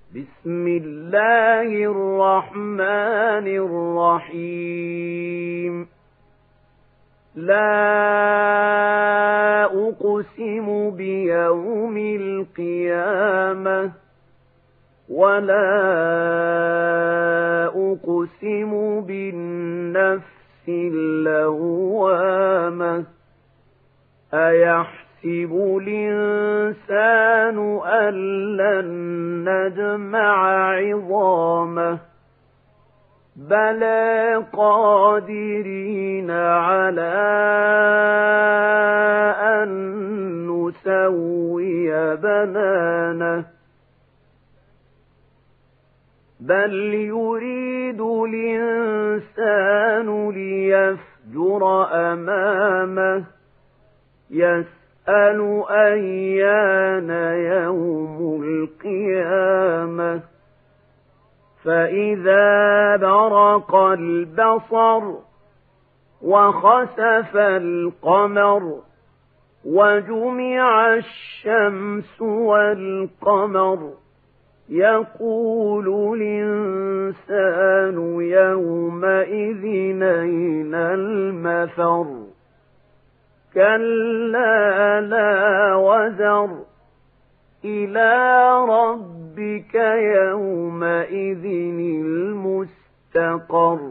بسم الله الرحمن الرحيم لا أقسم بيوم القيامة ولا أقسم بالنفس اللوامة أيحسب الإنسان أن لن نجمع عظامه بلى قادرين على أن نسوي بنانه بل يريد الإنسان ليفجر أمامه يسأل أيان يوم القيامة فإذا برق البصر وخسف القمر وجمع الشمس والقمر يقول الإنسان يومئذ أين المفر كلا لا وزر إلى ربك يومئذ المستقر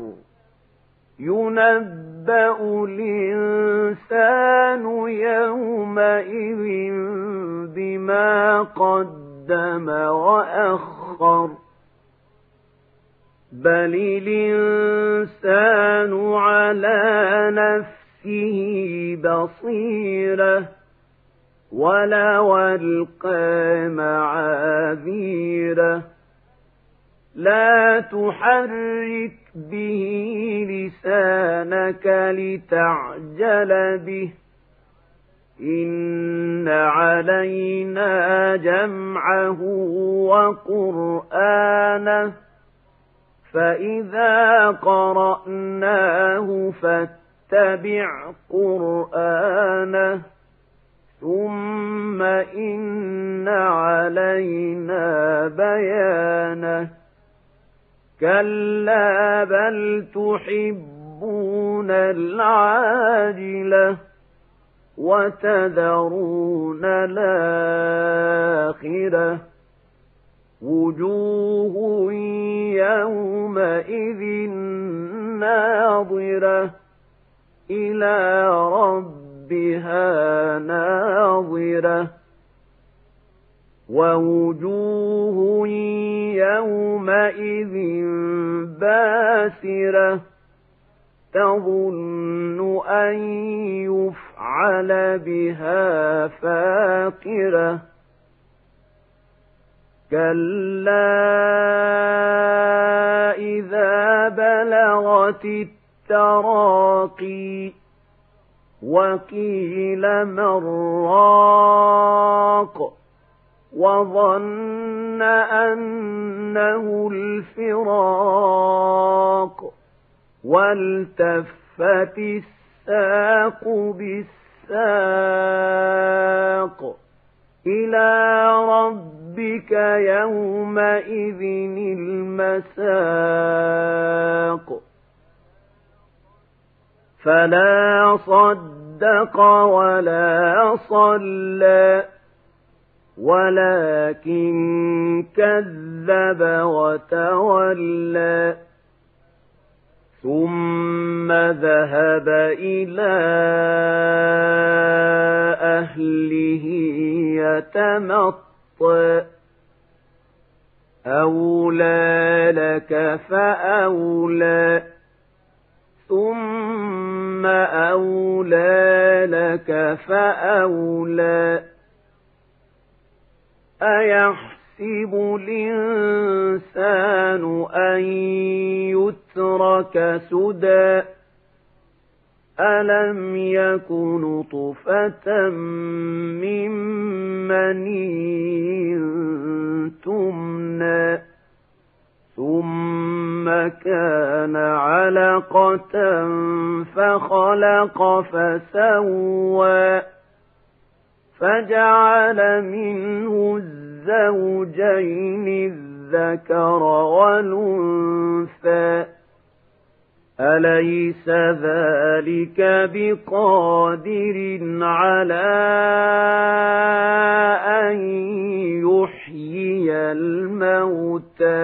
ينبأ الإنسان يومئذ بما قدم وأخر بل الإنسان على نفسه بصيرة ولو ألقى معاذيره لا تحرك به لسانك لتعجل به إن علينا جمعه وقرآنه فإذا قرأناه فاتبع قرآنه ثم إن علينا بيانه كلا بل تحبون العاجلة وتذرون الآخرة وجوه يومئذ ناظرة إلى ربها ناظرة ووجوه يومئذ باسرة تظن أن يفعل بها فاقرة كلا إذا بلغت التراقي وقيل من راق وظن أنه الفراق والتفت الساق بالساق إلى ربك يومئذ المساق فلا صدق ولا صلى ولكن كذب وتولى ثم ذهب إلى أهله يتمطى أولى لك فأولى ثم أولى لك فأولى أيحسب الإنسان أن يترك سدى ألم يك نطفة من مني تمنى ثم كان علقة فخلق فسوى فجعل منه الزوجين الذكر والأنثى أليس ذلك بقادر على أن يحيي الموتى